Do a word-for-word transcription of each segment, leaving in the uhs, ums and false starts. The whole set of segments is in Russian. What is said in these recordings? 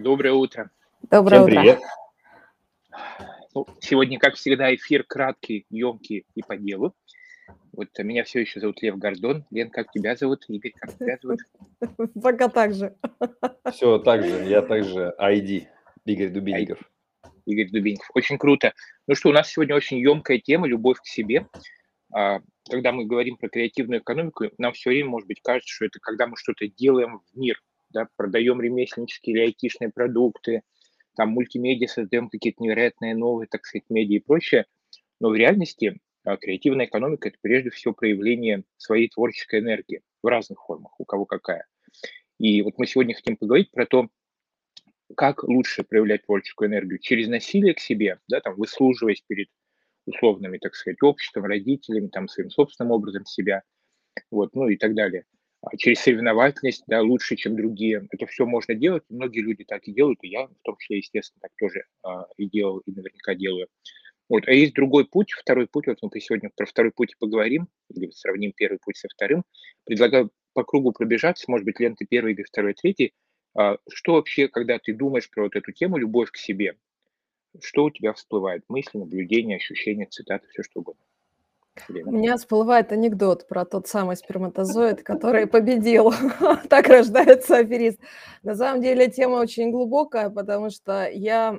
Доброе утро. Доброе Всем утро. привет. Ну, сегодня, как всегда, эфир краткий, емкий и по делу. Вот а меня все еще зовут Лев Гордон. Лен, как тебя зовут? Игорь, как тебя зовут? Пока так же. Все так же, я также ай ди, Игорь Дубинников. Игорь Дубиньков. Очень круто. Ну что, у нас сегодня очень емкая тема «Любовь к себе». А, Когда мы говорим про креативную экономику, нам все время, может быть, кажется, что это когда мы что-то делаем в мир, да, продаем ремесленнические или айтишные продукты, там мультимедиа, создаем какие-то невероятные новые, так сказать, медиа и прочее. Но в реальности а, креативная экономика – это прежде всего проявление своей творческой энергии в разных формах, у кого какая. И вот мы сегодня хотим поговорить про то, как лучше проявлять творческую энергию через насилие к себе, да, там, выслуживаясь перед условными, так сказать, обществом, родителями, там, своим собственным образом себя, вот, ну и так далее. А через соревновательность, да, лучше, чем другие. Это все можно делать, и многие люди так и делают, и я в том числе, естественно, так тоже а, и делал, и наверняка делаю. Вот, а есть другой путь, второй путь, вот мы сегодня про второй путь и поговорим, или сравним первый путь со вторым. Предлагаю по кругу пробежаться, может быть, Лен, ты первый, Игорь второй, третий. А, Что вообще, когда ты думаешь про вот эту тему, любовь к себе, что у тебя всплывает? Мысли, наблюдения, ощущения, цитаты, все что угодно. У Лена? меня всплывает анекдот про тот самый сперматозоид, который победил. Так рождается аферист. На самом деле тема очень глубокая, потому что я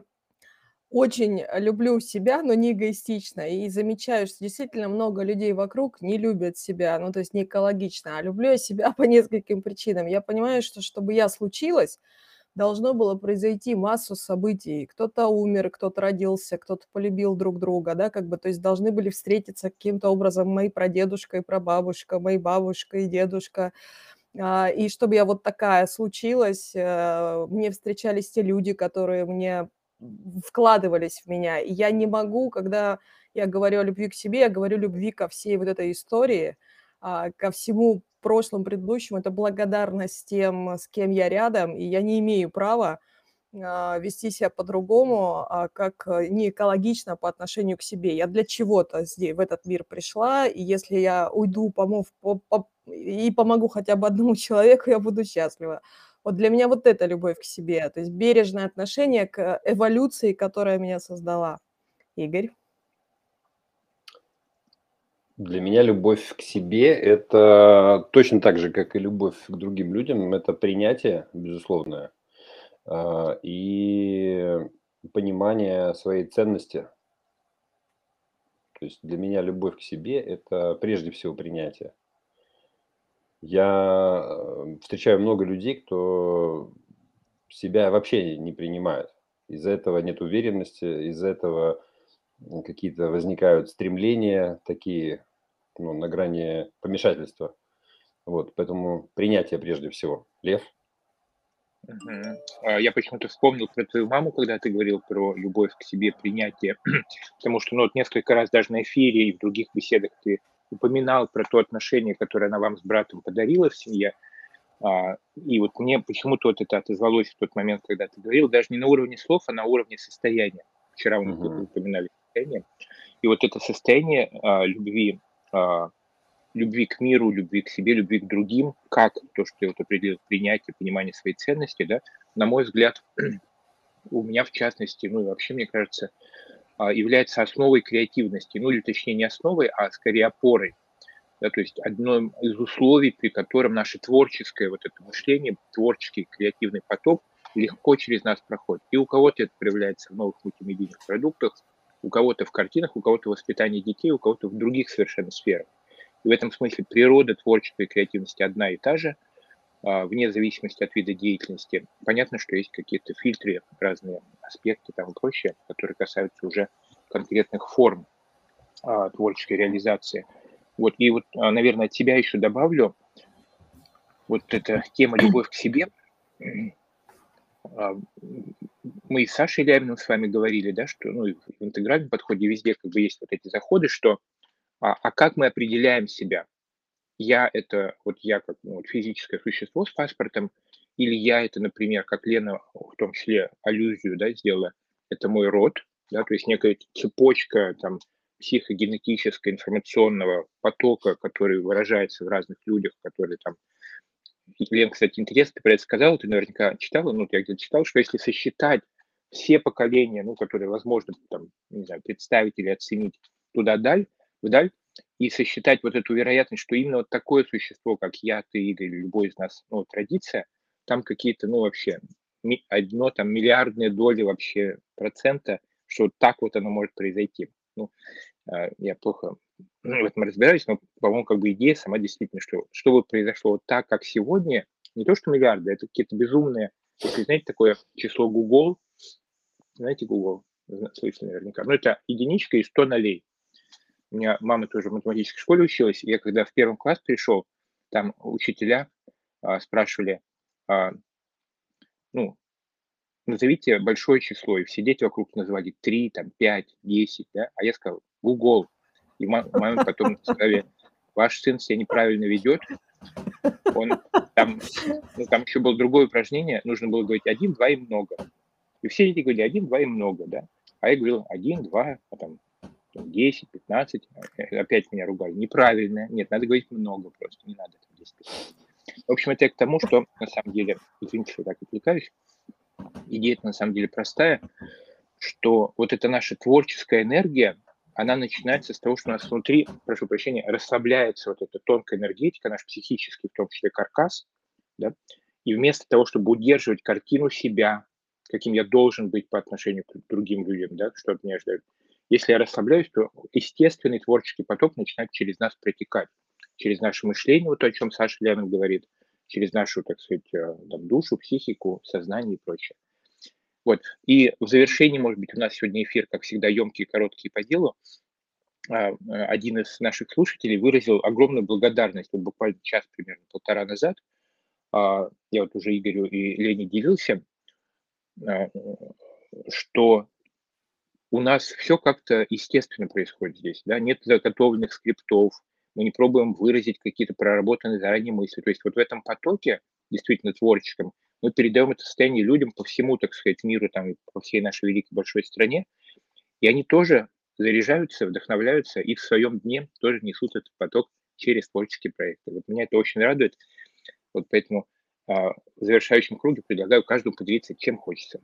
очень люблю себя, но не эгоистично. И замечаю, что действительно много людей вокруг не любят себя, ну, то есть не экологично, а люблю я себя по нескольким причинам. Я понимаю, что чтобы я случилась, должно было произойти массу событий. Кто-то умер, кто-то родился, кто-то полюбил друг друга, да, как бы, то есть должны были встретиться каким-то образом мои прадедушка и прабабушка, мои бабушка и дедушка. А, И чтобы я вот такая случилась, э, мне встречались те люди, которые мне вкладывались в меня. И я не могу, когда я говорю о любви к себе, я говорю любви ко всей вот этой истории, а, ко всему прошлому, предыдущему. Это благодарность тем, с кем я рядом, и я не имею права а, вести себя по-другому, а, как э, не экологично по отношению к себе. Я для чего-то здесь, в этот мир пришла, и если я уйду помов, по- по- и помогу хотя бы одному человеку, я буду счастлива. Вот для меня вот это любовь к себе, то есть бережное отношение к эволюции, которая меня создала. Игорь? Для меня любовь к себе – это точно так же, как и любовь к другим людям, это принятие, безусловное, а, и понимание своей ценности. То есть для меня любовь к себе – это прежде всего принятие. Я э, встречаю много людей, кто себя вообще не принимает. Из-за этого нет уверенности, из-за этого м, какие-то возникают стремления такие, ну, на грани помешательства. Вот, поэтому принятие прежде всего. Лев? Мгм. А, Я почему-то вспомнил про твою маму, когда ты говорил про любовь к себе, принятие, потому что, ну, вот несколько раз даже на эфире и в других беседах ты упоминал про то отношение, которое она вам с братом подарила в семье. А, И вот мне почему-то вот это отозвалось в тот момент, когда ты говорил, даже не на уровне слов, а на уровне состояния. Вчера мы Мгм. упоминали состояние. И вот это состояние а, любви, а, любви к миру, любви к себе, любви к другим, как то, что ты вот определил, принятие, понимание своей ценности, да, на мой взгляд, у меня в частности, ну и вообще, мне кажется, а, является основой креативности, ну или точнее не основой, а скорее опорой. Да, то есть одно из условий, при котором наше творческое вот это мышление, творческий креативный поток легко через нас проходит. И у кого-то это проявляется в новых мультимедийных продуктах, у кого-то в картинах, у кого-то в воспитании детей, у кого-то в других совершенно сферах. И в этом смысле природа творческой креативности одна и та же, а, вне зависимости от вида деятельности. Понятно, что есть какие-то фильтры, разные аспекты там и прочее, которые касаются уже конкретных форм а, творческой реализации. Вот, и вот, а, наверное, от себя еще добавлю, вот эта тема «любовь к себе». А, Мы и с Сашей Рябиным с вами говорили, да, что ну, и в интегральном подходе везде как бы есть вот эти заходы, что а, а как мы определяем себя? Я это, вот я как ну, вот физическое существо с паспортом, или я это, например, как Лена в том числе аллюзию, да, сделала, это мой род, да, то есть некая цепочка там психогенетического информационного потока, который выражается в разных людях, которые там Лен, кстати, интересно, ты про это сказала, ты наверняка читала, ну, я где-то читал, что если сосчитать все поколения, ну, которые возможно, там, не знаю, представить или оценить туда даль, вдаль, и сосчитать вот эту вероятность, что именно вот такое существо, как я, ты или любой из нас, ну, традиция, там какие-то, ну, вообще, ми- одно там миллиардные доли вообще процента, что вот так вот оно может произойти. Ну, а, я плохо в этом разбираюсь, но, по-моему, как бы идея сама действительно, что что бы произошло вот так, как сегодня, не то что миллиарды, это какие-то безумные, если знаете такое число Google, знаете Google, Зна- слышали наверняка, ну это единичка и сто нолей. У меня мама тоже в математической школе училась, и я когда в первый класс пришел, там учителя а, спрашивали, а, ну, назовите большое число, и все дети вокруг называли три, там, пять, десять, да, а я сказал Google. И ма- маме потом сказали, ваш сын себя неправильно ведет, он там, ну, там еще было другое упражнение, нужно было говорить один, два и много. И все дети говорили один, два и много, да. А я говорил один, два, а там там десять, пятнадцать, э, опять меня ругали. Неправильно, нет, надо говорить много просто, не надо там десять, пятнадцать. В общем, это я к тому, что на самом деле, извините, что я так отвлекаюсь, идея на самом деле простая, что вот эта наша творческая энергия, она начинается с того, что у нас внутри, прошу прощения, расслабляется вот эта тонкая энергетика, наш психический, в том числе каркас, да, и вместо того, чтобы удерживать картину себя, каким я должен быть по отношению к другим людям, да, что от меня ждут, если я расслабляюсь, то естественный творческий поток начинает через нас протекать, через наше мышление, вот то, о чем Саша Леонов говорит, через нашу, так сказать, э, там, душу, психику, сознание и прочее. Вот. И в завершении, может быть, у нас сегодня эфир, как всегда, емкий, короткий по делу. А, э, Один из наших слушателей выразил огромную благодарность. Вот буквально час, примерно полтора назад, а, я вот уже Игорю и Лене делился, а, что у нас все как-то естественно происходит здесь, да, нет заготовленных скриптов, мы не пробуем выразить какие-то проработанные заранее мысли. То есть вот в этом потоке, действительно творческом, мы передаем это состояние людям по всему, так сказать, миру, там, и по всей нашей великой большой стране, и они тоже заряжаются, вдохновляются и в своем дне тоже несут этот поток через творческие проекты. Вот меня это очень радует. Вот поэтому а, в завершающем круге предлагаю каждому поделиться, чем хочется.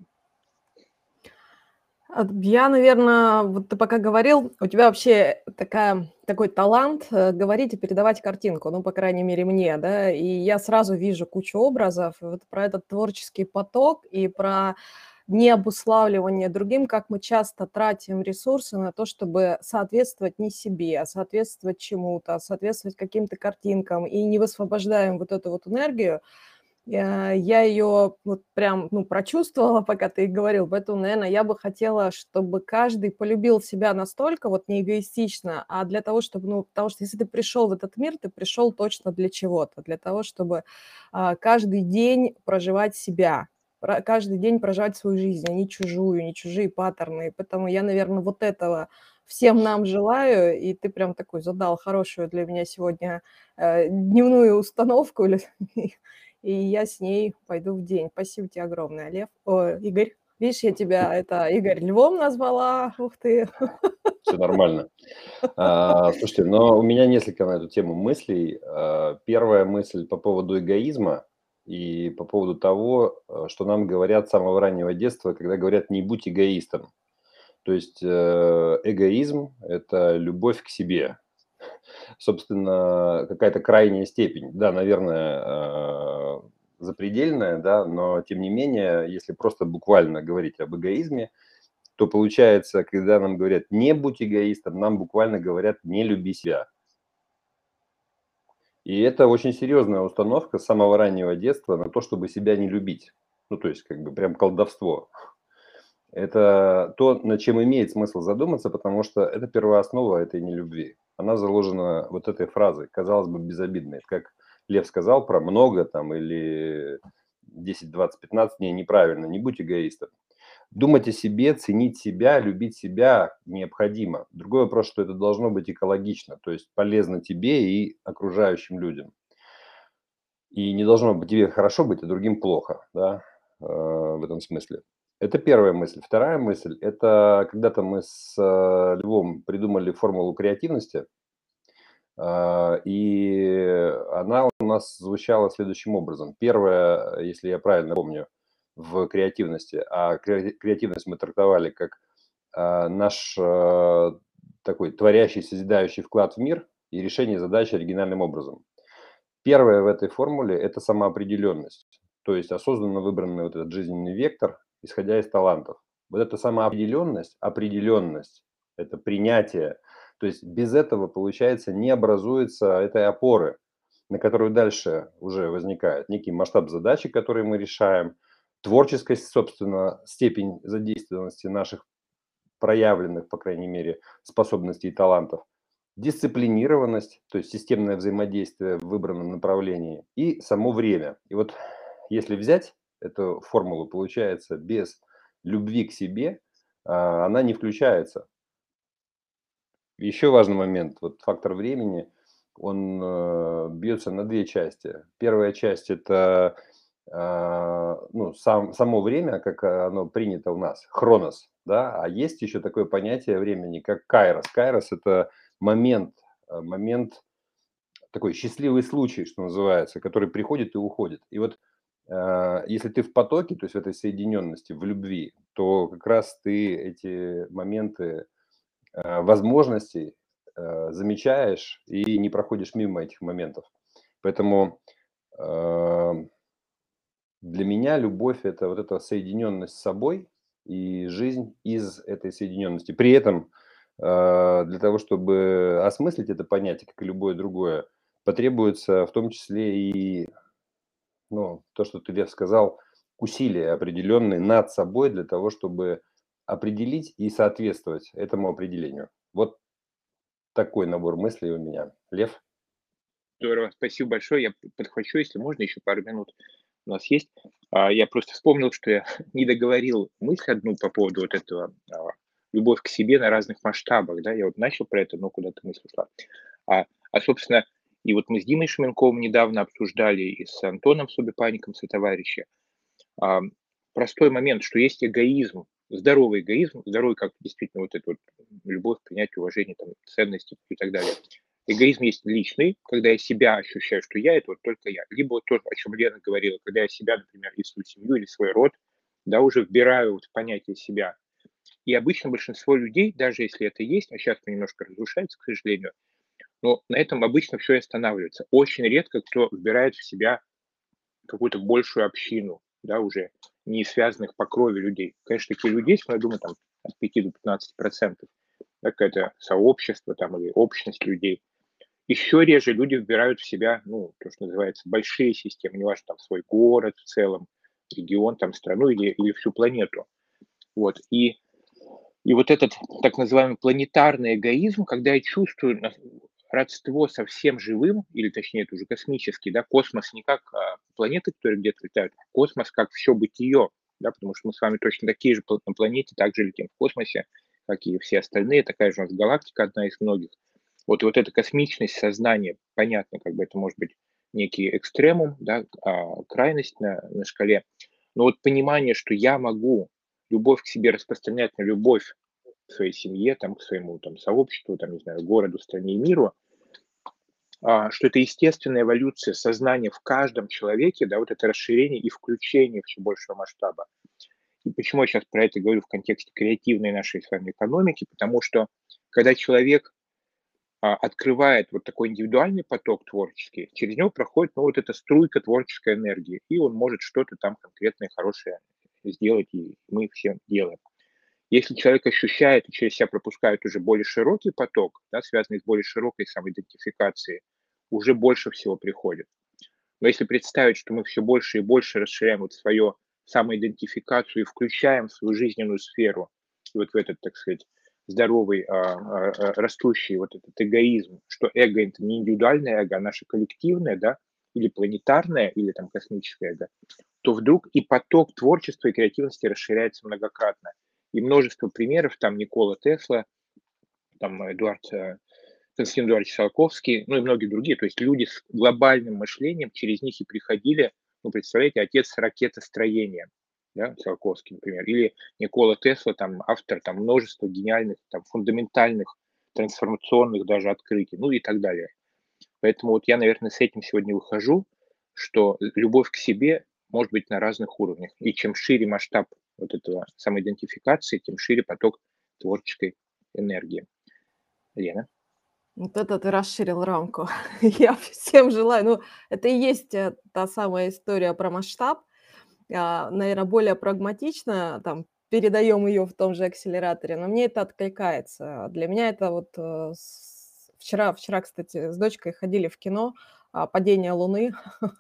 А, Я, наверное, вот ты пока говорил, у тебя вообще такая, такой талант э, говорить и передавать картинку, ну, по крайней мере, мне, да, и я сразу вижу кучу образов, и вот про этот творческий поток и про необуславливание другим, как мы часто тратим ресурсы на то, чтобы соответствовать не себе, а соответствовать чему-то, соответствовать каким-то картинкам, и не высвобождаем вот эту вот энергию. Я я ее вот прям, ну, прочувствовала, пока ты говорил, поэтому, наверное, я бы хотела, чтобы каждый полюбил себя настолько, вот не эгоистично, а для того, чтобы, ну, потому что если ты пришел в этот мир, ты пришел точно для чего-то, для того, чтобы а, каждый день проживать себя, про- каждый день проживать свою жизнь, а не чужую, не чужие паттерны. И поэтому я, наверное, вот этого всем нам желаю, и ты прям такой задал хорошую для меня сегодня э, дневную установку или и я с ней пойду в день. Спасибо тебе огромное, Лев. О, Игорь. Видишь, я тебя, это, Игорь, Львом назвала. Ух ты. Все нормально. А, слушайте, но у меня несколько на эту тему мыслей. А, Первая мысль по поводу эгоизма и по поводу того, э, что нам говорят с самого раннего детства, когда говорят «не будь эгоистом». То есть э, эгоизм– это любовь к себе. Собственно, какая-то крайняя степень. Да, наверное, э, запредельная, да, но тем не менее, если просто буквально говорить об эгоизме, то получается, когда нам говорят «не будь эгоистом», нам буквально говорят «не люби себя». И это очень серьезная установка с самого раннего детства на то, чтобы себя не любить. Ну, то есть, как бы прям колдовство. Это то, над чем имеет смысл задуматься, потому что это первооснова этой нелюбви. Она заложена вот этой фразой, казалось бы, безобидной. Как Лев сказал про много там или десять, двадцать, пятнадцать, не, неправильно, не будь эгоистом. Думать о себе, ценить себя, любить себя необходимо. Другой вопрос, что это должно быть экологично, то есть полезно тебе и окружающим людям. И не должно быть тебе хорошо быть, а другим плохо, да, э, в этом смысле. Это первая мысль. Вторая мысль– это когда-то мы с э, Львом придумали формулу креативности, э, и она у нас звучало следующим образом. Первое, если я правильно помню, в креативности, а кре- креативность мы трактовали как а, наш а, такой творящий, созидающий вклад в мир и решение задачи оригинальным образом. Первое в этой формуле – это самоопределенность, то есть осознанно выбранный вот этот жизненный вектор, исходя из талантов. Вот эта самоопределенность, определенность, это принятие, то есть без этого, получается, не образуется этой опоры, на которую дальше уже возникает некий масштаб задачи, которые мы решаем, творческость, собственно, степень задействованности наших проявленных, по крайней мере, способностей и талантов, дисциплинированность, то есть системное взаимодействие в выбранном направлении, и само время. И вот если взять эту формулу, получается, без любви к себе, а, она не включается. Еще важный момент, вот фактор времени, он э, бьется на две части. Первая часть – это а, ну, сам, само время, как оно принято у нас, хронос, да, а есть еще такое понятие времени, как кайрос. Кайрос – это момент, э, момент, такой счастливый случай, что называется, который приходит и уходит. И вот э, если ты в потоке, то есть в этой соединенности, в любви, то как раз ты эти моменты э, возможностей э, замечаешь и не проходишь мимо этих моментов. Поэтому э, для меня любовь – это вот эта соединенность с собой и жизнь из этой соединенности. При этом э, для того, чтобы осмыслить это понятие, как и любое другое, потребуется в том числе и, ну, то, что ты, Лев, сказал, усилия определенные над собой для того, чтобы определить и соответствовать этому определению. Вот такой набор мыслей у меня. Лев? Здорово, спасибо большое. Я подхвачу, если можно, еще пару минут у нас есть. А, Я просто вспомнил, что я не договорил мысль одну по поводу вот этого а, любовь к себе на разных масштабах, да, я вот начал про это, но куда-то мысль ушла. А, а собственно, и вот мы с Димой Шуменковым недавно обсуждали, и с Антоном Собипанником, сотоварищи, а, простой момент, что есть эгоизм, здоровый эгоизм, здоровый как действительно вот это вот любовь, принятие, уважение, там, ценности и так далее. Эгоизм есть личный, когда я себя ощущаю, что я – это вот только я. Либо вот то, о чем Лена говорила, когда я себя, например, и свою семью, или свой род, да, уже вбираю вот в понятие себя. И обычно большинство людей, даже если это есть, а сейчас немножко разрушается, к сожалению, но на этом обычно все и останавливается. Очень редко кто вбирает в себя какую-то большую общину, да, уже не связанных по крови людей. Конечно, такие люди есть, но я думаю, там от пяти до пятнадцати процентов. Да, какое-то сообщество там или общность людей. Еще реже люди вбирают в себя, ну, то, что называется, большие системы, неважно, там, свой город в целом, регион, там, страну или, или всю планету. Вот. И, и вот этот так называемый планетарный эгоизм, когда я чувствую на- родство со всем живым, или точнее, это уже космический, да, космос не как а, планеты, которые где-то летают, а космос как все бытие, да, потому что мы с вами точно такие же пла- на планете, также летим в космосе, как и все остальные, такая же у нас галактика, одна из многих. Вот, и вот эта космичность сознания, понятно, как бы это может быть некий экстремум, да, а, крайность на, на шкале, но вот понимание, что я могу любовь к себе распространять на любовь к своей семье, там, к своему там, сообществу, там, не знаю, городу, стране и миру, а, что это естественная эволюция сознания в каждом человеке, да, вот это расширение и включение все большего масштаба. И почему я сейчас про это говорю в контексте креативной нашей с вами экономики? Потому что когда человек а, открывает вот такой индивидуальный поток творческий, через него проходит, ну, вот эта струйка творческой энергии, и он может что-то там конкретное, хорошее сделать, и мы все делаем. Если человек ощущает и через себя пропускает уже более широкий поток, да, связанный с более широкой самоидентификацией, уже больше всего приходит. Но если представить, что мы все больше и больше расширяем вот свою самоидентификацию и включаем в свою жизненную сферу, и вот в этот, так сказать, здоровый, а, а, а, растущий вот этот эгоизм, что эго – это не индивидуальное эго, а наше коллективное, да, или планетарное, или там космическое эго, то вдруг и поток творчества и креативности расширяется многократно. И множество примеров, там Никола Тесла, там Эдуард э, Константин Эдуардович Циолковский, ну и многие другие. То есть люди с глобальным мышлением, через них и приходили, ну, представляете, отец ракетостроения, да, Циолковский, например, или Никола Тесла, там, автор там, множества гениальных, там, фундаментальных, трансформационных даже открытий, ну и так далее. Поэтому вот я, наверное, с этим сегодня выхожу, что л любовь к себе может быть на разных уровнях. И чем шире масштаб вот этого самоидентификации, тем шире поток творческой энергии. Лена? Вот это ты расширил рамку. Я всем желаю. Ну, это и есть, э, та самая история про масштаб. А, наверно, более прагматично там передаем ее в том же акселераторе, но мне это откликается. Для меня это вот, э, с вчера вчера, кстати, с дочкой ходили в кино, а, "Падение Луны".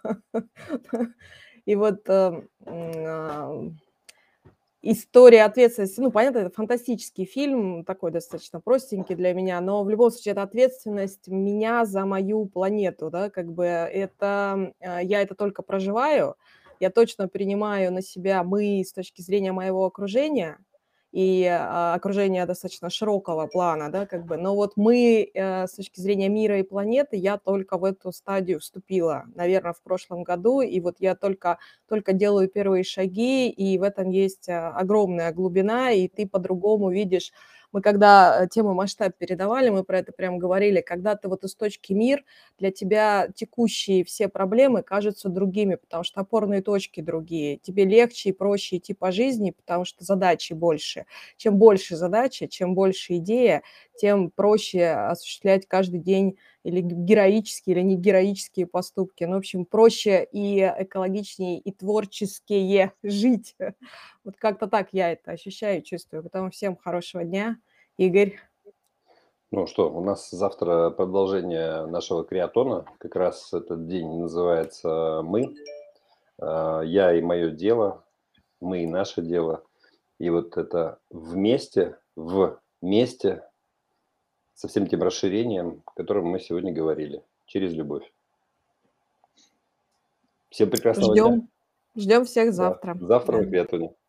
И вот, эм, ам, история ответственности. Ну, понятно, это фантастический фильм, такой достаточно простенький для меня, но в любом случае это ответственность меня за мою планету, да, как бы это, э, я это только проживаю. Я точно принимаю на себя "мы" с точки зрения моего окружения и, а, окружения достаточно широкого плана, да, как бы. Но вот "мы", э, с точки зрения мира и планеты, я только в эту стадию вступила, наверно, в прошлом году. И вот я только только делаю первые шаги, и в этом есть, а, огромная глубина, и ты по-другому видишь. Мы когда, э, тему масштаб передавали, мы про это прям говорили, когда ты вот из точки мир, для тебя текущие все проблемы кажутся другими, потому что опорные точки другие. Тебе легче и проще идти по жизни, потому что задачи больше. Чем больше задача, чем больше идея, тем проще осуществлять каждый день или г героические, или не героические поступки. Ну, в общем, проще и экологичнее, и творческие жить. Вот как-то так я это ощущаю и чувствую. Поэтому всем хорошего дня. Игорь. Ну что, у нас завтра продолжение нашего креатона. Как раз этот день называется "Мы". А, я и мое дело, мы и наше дело. И вот это вместе, вместе со всем тем расширением, о котором мы сегодня говорили, через любовь. Всем прекрасного дня. Ждем ждем всех Да, завтра. завтра Да. на креатоне.